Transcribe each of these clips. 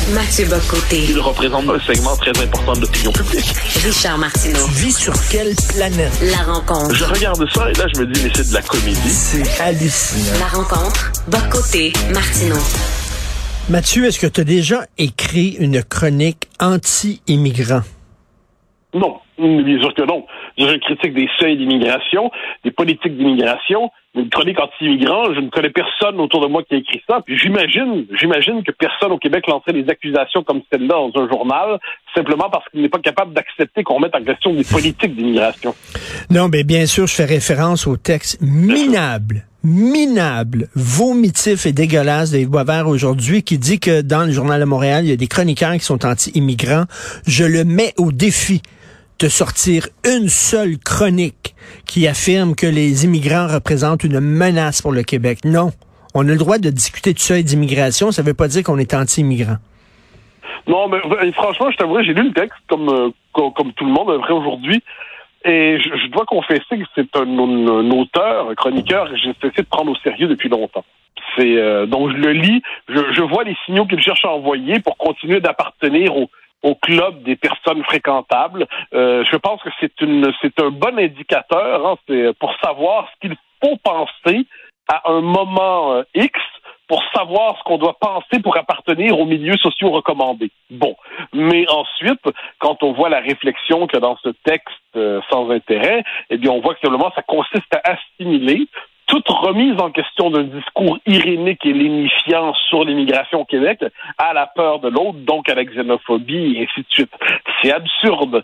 Mathieu Bock-Côté. Il représente un segment très important de l'opinion publique. Richard Martineau. Tu vis sur quelle planète? La rencontre. Je regarde ça et là, je me dis, mais c'est de la comédie. C'est hallucinant. La rencontre. Bock-Côté, Martineau. Mathieu, est-ce que tu as déjà écrit une chronique anti-immigrant? Non, bien sûr que non. Je critique des seuils d'immigration, des politiques d'immigration, une chronique anti-immigrant. Je ne connais personne autour de moi qui a écrit ça. Puis j'imagine que personne au Québec lancerait des accusations comme celle-là dans un journal, simplement parce qu'il n'est pas capable d'accepter qu'on mette en question des politiques d'immigration. Non, mais bien sûr, je fais référence au texte minable, vomitif et dégueulasse de Yves Boisvert aujourd'hui, qui dit que dans le Journal de Montréal, il y a des chroniqueurs qui sont anti-immigrants. Je le mets au défi de sortir une seule chronique qui affirme que les immigrants représentent une menace pour le Québec. Non. On a le droit de discuter de seuil d'immigration. Ça ne veut pas dire qu'on est anti-immigrant. Non, mais franchement, je t'avouerai, j'ai lu le texte comme tout le monde, après aujourd'hui. Et je dois confesser que c'est un auteur, un chroniqueur que j'ai cessé de prendre au sérieux depuis longtemps. Donc je le lis, je vois les signaux qu'il cherche à envoyer pour continuer d'appartenir au club des personnes fréquentables. Je pense que c'est un bon indicateur, hein, c'est pour savoir ce qu'il faut penser à un moment X, pour savoir ce qu'on doit penser pour appartenir aux milieux sociaux recommandés. Bon. Mais ensuite, quand on voit la réflexion qu'il y a dans ce texte sans intérêt, eh bien, on voit que simplement ça consiste à assimiler toute remise en question d'un discours irénique et lénifiant sur l'immigration au Québec à la peur de l'autre, donc à la xénophobie, et ainsi de suite. C'est absurde.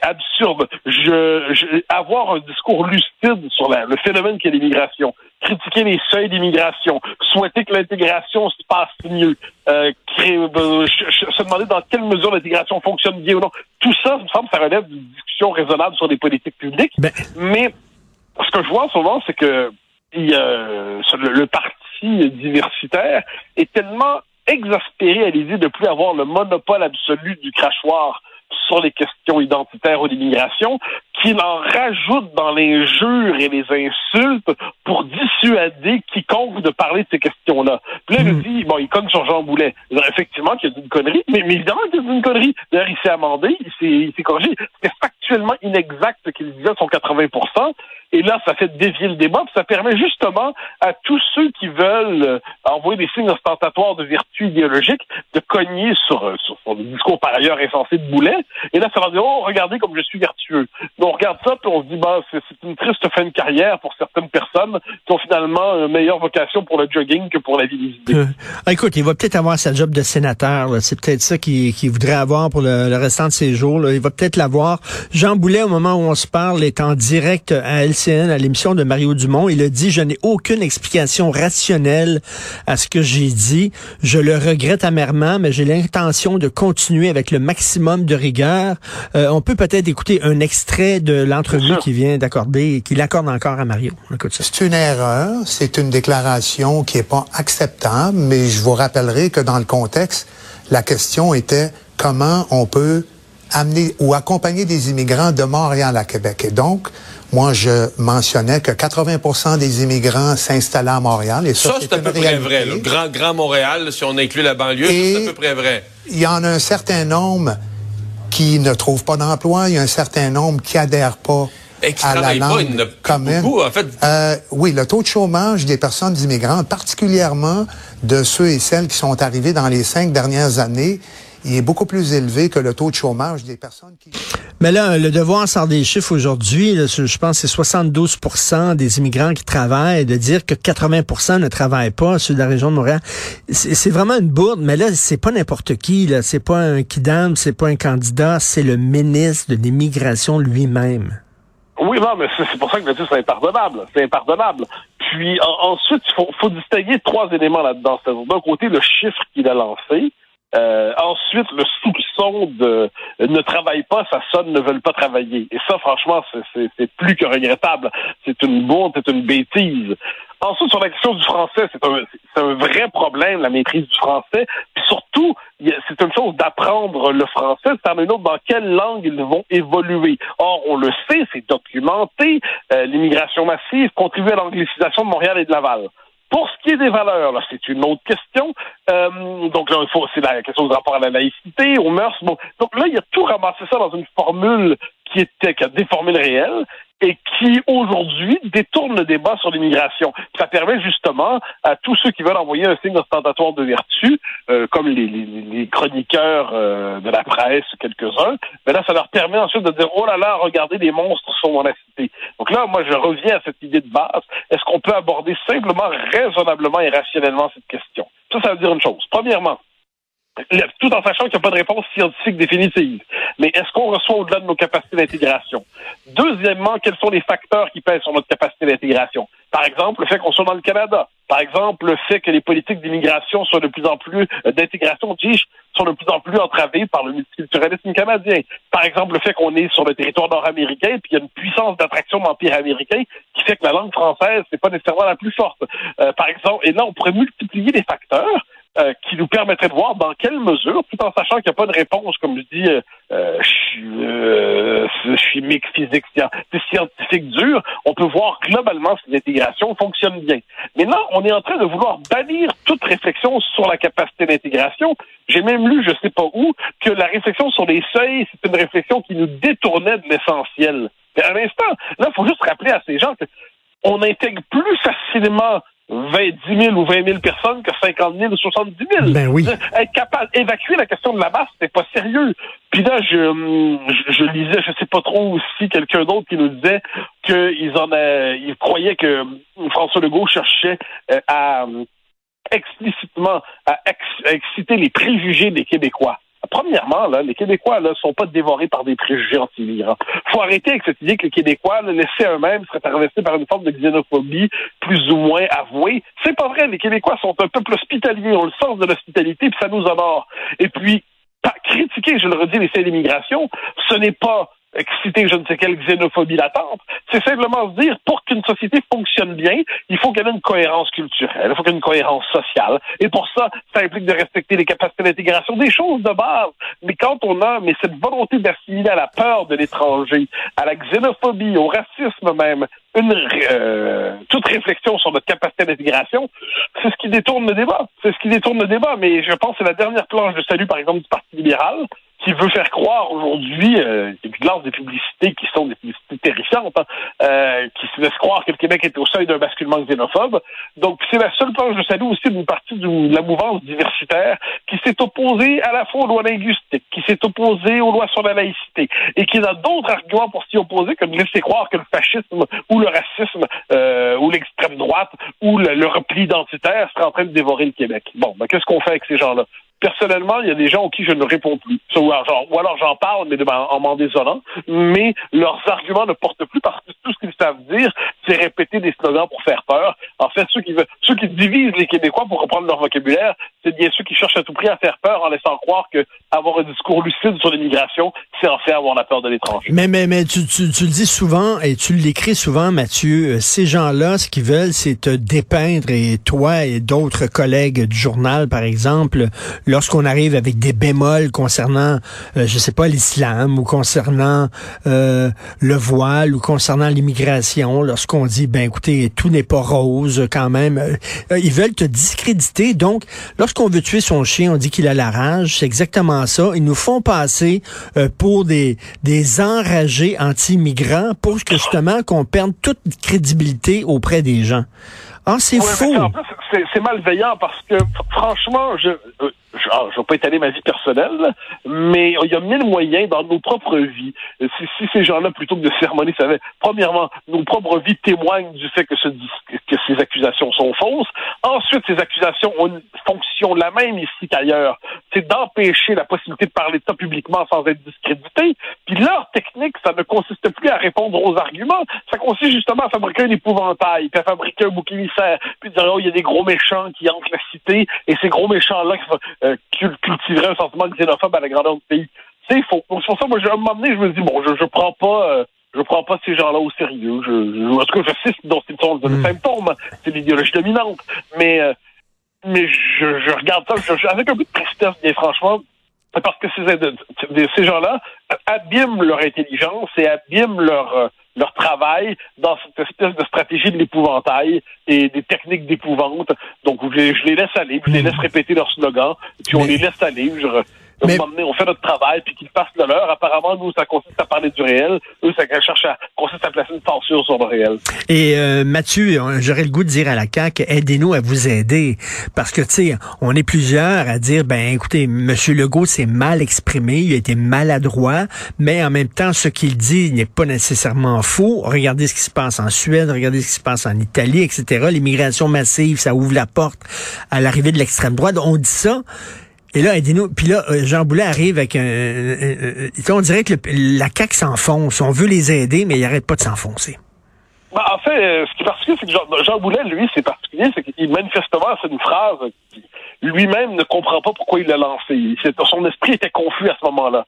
Avoir un discours lucide sur le phénomène qu'est l'immigration, critiquer les seuils d'immigration, souhaiter que l'intégration se passe mieux, se demander dans quelle mesure l'intégration fonctionne bien ou non, tout ça, il me semble, ça relève d'une discussion raisonnable sur les politiques publiques. Mais ce que je vois en ce moment, c'est que le parti diversitaire est tellement exaspéré à l'idée de ne plus avoir le monopole absolu du crachoir sur les questions identitaires ou d'immigration, qu'il en rajoute dans l'injure et les insultes pour dissuader quiconque de parler de ces questions-là. Puis là, il cogne sur Jean Boulet. Effectivement, qu'il a dit une connerie, mais évidemment qu'il a dit une connerie. D'ailleurs, il s'est amendé, il s'est corrigé. C'était factuellement inexact ce qu'il disait, son 80%. Et là, ça fait dévier le débat, puis ça permet justement à tous ceux qui veulent envoyer des signes ostentatoires de vertu idéologique de cogner sur son discours par ailleurs insensé de Boulet. Et là, ça va dire, oh, regardez comme je suis vertueux. Donc, on regarde ça, puis on se dit, c'est une triste fin de carrière pour certaines personnes qui ont finalement une meilleure vocation pour le jogging que pour la vie des idées. Écoute, il va peut-être avoir sa job de sénateur. Là. C'est peut-être ça qu'il voudrait avoir pour le restant de ses jours. Là. Il va peut-être l'avoir. Jean Boulet, au moment où on se parle, est en direct à LCN, à l'émission de Mario Dumont. Il a dit, je n'ai aucune explication rationnelle à ce que j'ai dit. Je le regrette amèrement, mais j'ai l'intention de continuer avec le maximum de rigueur. On peut peut-être écouter un extrait de l'entrevue qu'il accorde encore à Mario. Écoute ça. C'est une erreur, c'est une déclaration qui est pas acceptable, mais je vous rappellerai que dans le contexte, la question était comment on peut amener ou accompagner des immigrants de Montréal à Québec. Et donc, moi, je mentionnais que 80% des immigrants s'installaient à Montréal. Et ça, c'est à peu près vrai. Le grand Montréal, si on inclut la banlieue, c'est à peu près vrai. Il y en a un certain nombre qui ne trouvent pas d'emploi. Il y a un certain nombre qui adhèrent pas à la langue commune. Beaucoup, en fait. Oui, le taux de chômage des personnes immigrantes, particulièrement de ceux et celles qui sont arrivés dans les 5 dernières années, il est beaucoup plus élevé que le taux de chômage des personnes qui... Mais là, le Devoir sort des chiffres aujourd'hui. Là, je pense que c'est 72% des immigrants qui travaillent. De dire que 80% ne travaillent pas, ceux de la région de Montréal, c'est vraiment une bourde. Mais là, c'est pas n'importe qui. Là, c'est pas un kidam, c'est pas un candidat, c'est le ministre de l'Immigration lui-même. Oui, non, mais c'est pour ça que c'est impardonnable. C'est impardonnable. Puis ensuite, il faut distinguer 3 éléments là-dedans. D'un côté, le chiffre qu'il a lancé. Ensuite, le soupçon de ne travaille pas, ça sonne, ne veulent pas travailler. Et ça, franchement, c'est plus que regrettable. C'est une bourde, c'est une bêtise. Ensuite, sur la question du français, c'est un vrai problème, la maîtrise du français. Puis surtout, c'est une chose d'apprendre le français, c'est une autre dans quelle langue ils vont évoluer. Or, on le sait, c'est documenté, l'immigration massive contribue à l'anglicisation de Montréal et de Laval. Pour ce qui est des valeurs, là, c'est une autre question. Donc là, c'est la question du rapport à la laïcité, aux mœurs. Bon. Donc là, il a tout ramassé ça dans une formule qui a déformé le réel et qui, aujourd'hui, détourne le débat sur l'immigration. Ça permet justement à tous ceux qui veulent envoyer un signe ostentatoire de vertu, comme les chroniqueurs de la presse, quelques-uns, mais là, ça leur permet ensuite de dire « Oh là là, regardez, les monstres sont dans la cité ». Donc là, moi, je reviens à cette idée de base. Est-ce qu'on peut aborder simplement, raisonnablement et rationnellement cette question? Ça veut dire une chose. Premièrement, tout en sachant qu'il n'y a pas de réponse scientifique définitive. Mais est-ce qu'on reçoit au-delà de nos capacités d'intégration? Deuxièmement, quels sont les facteurs qui pèsent sur notre capacité d'intégration? Par exemple, le fait qu'on soit dans le Canada. Par exemple, le fait que les politiques d'immigration soient de plus en plus, d'intégration, sont de plus en plus entravées par le multiculturalisme canadien. Par exemple, le fait qu'on est sur le territoire nord-américain, puis il y a une puissance d'attraction de l'Empire américain qui fait que la langue française, c'est pas nécessairement la plus forte. Par exemple, et là, on pourrait multiplier les facteurs qui nous permettrait de voir dans quelle mesure, tout en sachant qu'il n'y a pas de réponse, comme je dis, chimique, physique, scientifique dur, on peut voir globalement si l'intégration fonctionne bien. Mais là, on est en train de vouloir bannir toute réflexion sur la capacité d'intégration. J'ai même lu, je sais pas où, que la réflexion sur les seuils, c'est une réflexion qui nous détournait de l'essentiel. Mais à l'instant, là, il faut juste rappeler à ces gens qu'on intègre plus facilement 10 000 ou 20 000 personnes que 50 000 ou 70 000. Ben oui. Être capable d'évacuer la question de la masse, c'est pas sérieux. Puis là, je lisais, je sais pas trop aussi, quelqu'un d'autre qui nous disait qu'il croyait que François Legault cherchait à explicitement à exciter les préjugés des Québécois. Premièrement, là, les Québécois ne sont pas dévorés par des préjugés anti-migrants. Il faut arrêter avec cette idée que les Québécois, laissés eux-mêmes, seraient traversés par une forme de xénophobie plus ou moins avouée. C'est pas vrai. Les Québécois sont un peuple hospitalier, ont le sens de l'hospitalité, puis ça nous honore. Et puis, critiquer, je le redis, les seuils d'immigration, ce n'est pas exciter je ne sais quelle xénophobie latente. C'est simplement se dire, pour qu'une société fonctionne bien, il faut qu'elle ait une cohérence culturelle, il faut qu'elle ait une cohérence sociale. Et pour ça, ça implique de respecter les capacités d'intégration, des choses de base. Mais quand on a cette volonté d'assimiler à la peur de l'étranger, à la xénophobie, au racisme même, toute réflexion sur notre capacité d'intégration, c'est ce qui détourne le débat. C'est ce qui détourne le débat. Mais je pense que c'est la dernière planche de salut, par exemple, du Parti libéral, qui veut faire croire aujourd'hui, qui lance des publicités qui sont des publicités terrifiantes, qui se laissent croire que le Québec est au seuil d'un basculement xénophobe. Donc, c'est la seule planche de salut aussi d'une partie de la mouvance diversitaire qui s'est opposée à la fois aux lois linguistiques, qui s'est opposée aux lois sur la laïcité, et qui a d'autres arguments pour s'y opposer que de laisser croire que le fascisme ou le racisme ou l'extrême droite ou le repli identitaire serait en train de dévorer le Québec. Bon, ben, qu'est-ce qu'on fait avec ces gens-là? Personnellement, il y a des gens aux qui je ne réponds plus. Ou alors j'en parle, mais en m'en désolant. Mais leurs arguments ne portent plus parce que tout ce qu'ils savent dire, c'est répéter des slogans pour faire peur. En fait, ceux qui divisent les Québécois, pour reprendre leur vocabulaire, c'est bien ceux qui cherchent à tout prix à faire peur en laissant croire que avoir un discours lucide sur l'immigration, c'est en fait avoir la peur de l'étranger. Mais tu le dis souvent et tu l'écris souvent, Mathieu. Ces gens-là, ce qu'ils veulent, c'est te dépeindre, et toi et d'autres collègues du journal, par exemple, lorsqu'on arrive avec des bémols concernant, je sais pas, l'islam ou concernant le voile ou concernant l'immigration, lorsqu'on dit, ben écoutez, tout n'est pas rose quand même, ils veulent te discréditer. Donc, lorsqu'on veut tuer son chien, on dit qu'il a la rage. C'est exactement ça. Ils nous font passer pour des enragés anti-migrants pour que justement qu'on perde toute crédibilité auprès des gens. Ah, c'est faux. En plus, c'est malveillant parce que, franchement, je vais pas étaler ma vie personnelle, mais il y a mille moyens dans nos propres vies. Si ces gens-là, plutôt que de sermonner, savaient, premièrement, nos propres vies témoignent du fait que ces accusations sont fausses. Ensuite, ces accusations ont une fonction la même ici qu'ailleurs. C'est d'empêcher la possibilité de parler de ça publiquement sans être discrédité. Puis leur technique, ça ne consiste plus à répondre aux arguments. Ça consiste justement à fabriquer un épouvantail, puis à fabriquer un bouc émissaire, puis dire, oh, il y a des gros méchants qui hantent la cité, et ces gros méchants-là cultiveraient un sentiment xénophobe à la grandeur du pays. C'est faux. Donc, c'est pour ça, moi, à un moment donné, je me dis, bon, je prends pas ces gens-là au sérieux. En tout cas, je sais dont ils sont le symptôme. C'est l'idéologie dominante. Mais je regarde ça avec un peu de tristesse, bien franchement, parce que ces gens-là abîment leur intelligence et abîment leur travail dans cette espèce de stratégie de l'épouvantail et des techniques d'épouvante. Donc, je les laisse aller, je les laisse répéter leur slogan, puis on les laisse aller. On fait notre travail, puis qu'ils fassent le leur. Apparemment, nous, ça consiste à parler du réel. Eux, ça consiste à placer une censure sur le réel. Et Mathieu, j'aurais le goût de dire à la CAQ, aidez-nous à vous aider. Parce que, tu sais, on est plusieurs à dire, écoutez, M. Legault s'est mal exprimé, il a été maladroit, mais en même temps, ce qu'il dit n'est pas nécessairement faux. Regardez ce qui se passe en Suède, regardez ce qui se passe en Italie, etc. L'immigration massive, ça ouvre la porte à l'arrivée de l'extrême droite. On dit ça. Et là, aidez-nous. Puis là, Jean Boulet arrive avec on dirait que la CAQ s'enfonce. On veut les aider, mais ils n'arrêtent pas de s'enfoncer. En fait, ce qui est particulier, c'est que Jean Boulet, lui, c'est particulier, c'est qu'il manifestement, c'est une phrase lui-même ne comprend pas pourquoi il l'a lancée. Son esprit était confus à ce moment-là.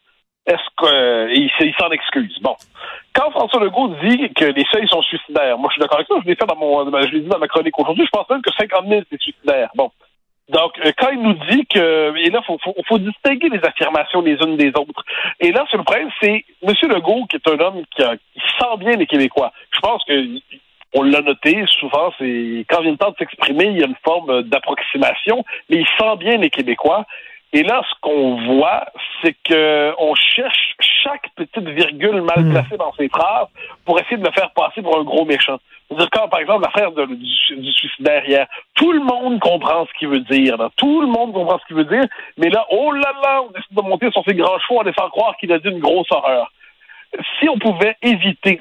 Il s'en excuse. Bon. Quand François Legault dit que les seuils sont suicidaires, moi je suis d'accord avec ça, je l'ai dit dans ma chronique aujourd'hui, je pense même que 50 000 c'est suicidaire. Bon. Donc, quand il nous dit que, et là, faut distinguer les affirmations les unes des autres. Et là, le problème, c'est M. Legault, qui est un homme qui sent bien les Québécois. Je pense que, on l'a noté, souvent, c'est, quand il y a le temps de s'exprimer, il y a une forme d'approximation, mais il sent bien les Québécois. Et là, ce qu'on voit, c'est que on cherche chaque petite virgule mal placée dans ses phrases pour essayer de le faire passer pour un gros méchant. C'est-à-dire, quand, par exemple, l'affaire du suicidaire hier, tout le monde comprend ce qu'il veut dire. Là. Tout le monde comprend ce qu'il veut dire. Mais là, oh là là, on décide de monter sur ses grands chevaux en laissant croire qu'il a dit une grosse horreur. Si on pouvait éviter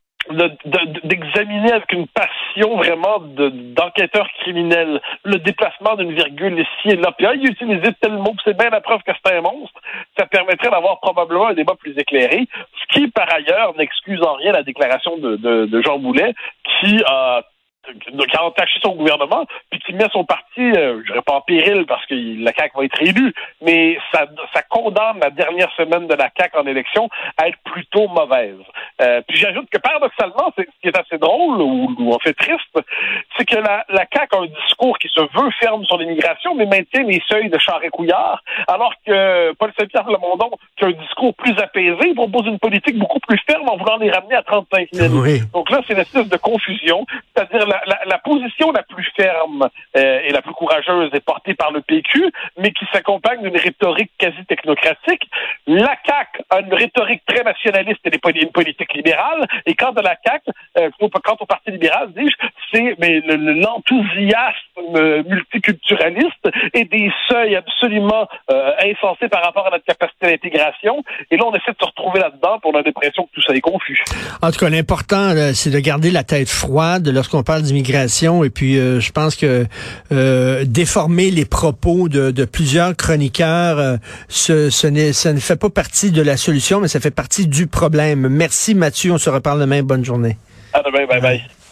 d'examiner avec une passion vraiment d'enquêteur criminel le déplacement d'une virgule ici et là, puis il utilisait tel mot, c'est bien la preuve que c'est un monstre, ça permettrait d'avoir probablement un débat plus éclairé, ce qui par ailleurs n'excuse en rien la déclaration de Jean Boulet qui a entaché son gouvernement, puis qui met son parti, je dirais pas en péril parce que la CAQ va être élue, mais ça condamne la dernière semaine de la CAQ en élection à être plutôt mauvaise. Puis j'ajoute que paradoxalement, ce qui est assez drôle, ou en fait triste, c'est que la CAQ a un discours qui se veut ferme sur l'immigration, mais maintient les seuils de Charest-Couillard, alors que Paul Saint-Pierre Plamondon, qui a un discours plus apaisé, propose une politique beaucoup plus ferme en voulant les ramener à 35 000. Oui. Donc là, c'est une espèce de confusion, c'est-à-dire la position la plus ferme et la plus courageuse est portée par le PQ, mais qui s'accompagne d'une rhétorique quasi technocratique. La CAQ a une rhétorique très nationaliste et une politique libérale, et quant à la CAQ, quant au Parti libéral, dis-je, c'est l'enthousiasme multiculturaliste et des seuils absolument insensés par rapport à notre capacité d'intégration. Et là, on essaie de se retrouver là-dedans, pour on a l'impression que tout ça est confus. En tout cas, l'important, c'est de garder la tête froide lorsqu'on parle d'immigration, et puis je pense que déformer les propos de plusieurs chroniqueurs, ça ne fait pas partie de la solution, mais ça fait partie du problème. Merci Mathieu, on se reparle demain, bonne journée. À demain, bye bye.